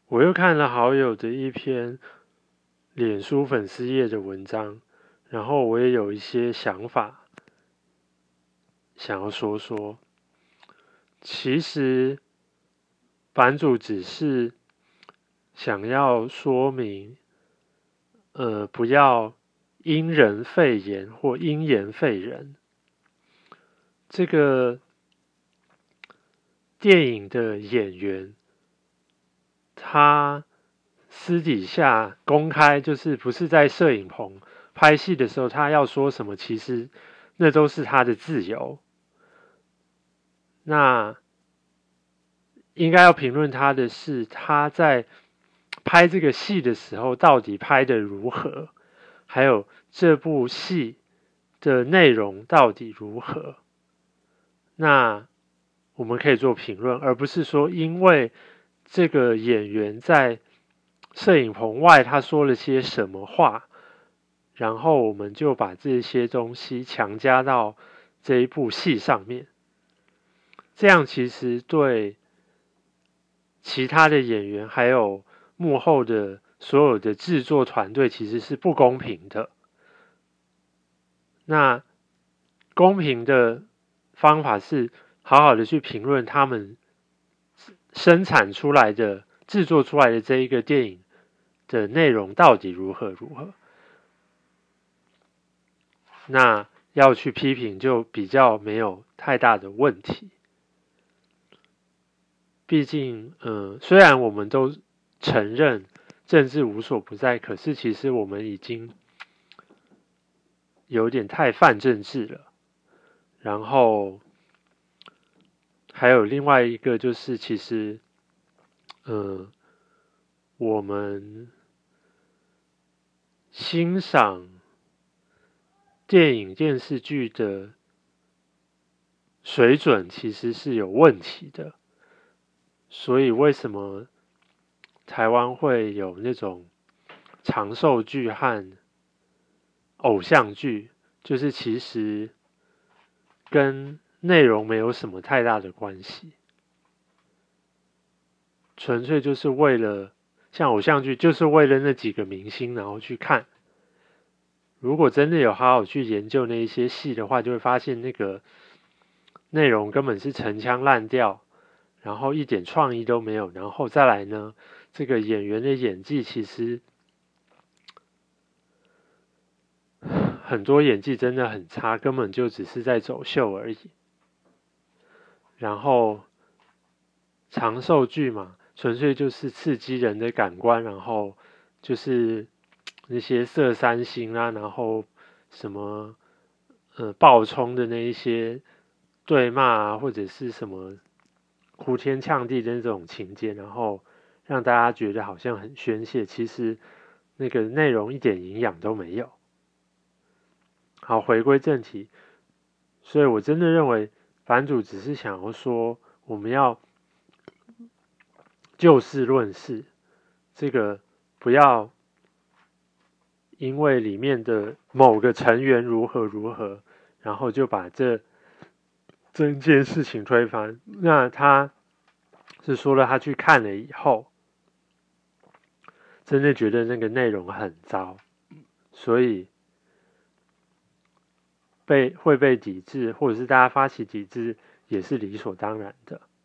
我又看了好友的一篇脸书粉丝页的文章，然后我也有一些想法想要说说。其实版主只是想要说明，不要因人废言或因言废人。这个电影的演员，他私底下公开，就是不是在摄影棚拍戏的时候，他要说什么，其实那都是他的自由。那应该要评论他的是，他在拍这个戏的时候，到底拍的如何，还有这部戏的内容到底如何。那我们可以做评论，而不是说因为这个演员在摄影棚外他说了些什么话，然后我们就把这些东西强加到这一部戏上面。这样其实对其他的演员还有幕后的所有的制作团队其实是不公平的。那公平的方法是好好的去评论他们生产出来的、制作出来的这一个电影的内容到底如何。那要去批评就比较没有太大的问题。毕竟，虽然我们都承认政治无所不在，可是其实我们已经有点太泛政治了。然后还有另外一个就是，其实，我们欣赏电影、电视剧的水准其实是有问题的。所以为什么台湾会有那种长寿剧和偶像剧，就是其实跟内容没有什么太大的关系，纯粹就是为了像偶像剧，就是为了那几个明星然后去看。如果真的有好好去研究那一些戏的话，就会发现那个内容根本是陈腔滥调，然后一点创意都没有。然后再来呢，这个演员的演技其实很多演技真的很差，根本就只是在走秀而已。然后长寿剧嘛，纯粹就是刺激人的感官，然后就是那些色三星啊，然后什么爆冲的那一些对骂啊，或者是什么哭天呛地的那种情节，然后让大家觉得好像很宣泄，其实那个内容一点营养都没有。好，回归正题，所以我真的认为版主只是想要说，我们要就事论事，这个不要因为里面的某个成员如何，然后就把这件事情推翻。那他是说了，他去看了以后，真的觉得那个内容很糟，所以会被抵制，或者是大家发起抵制，也是理所当然的。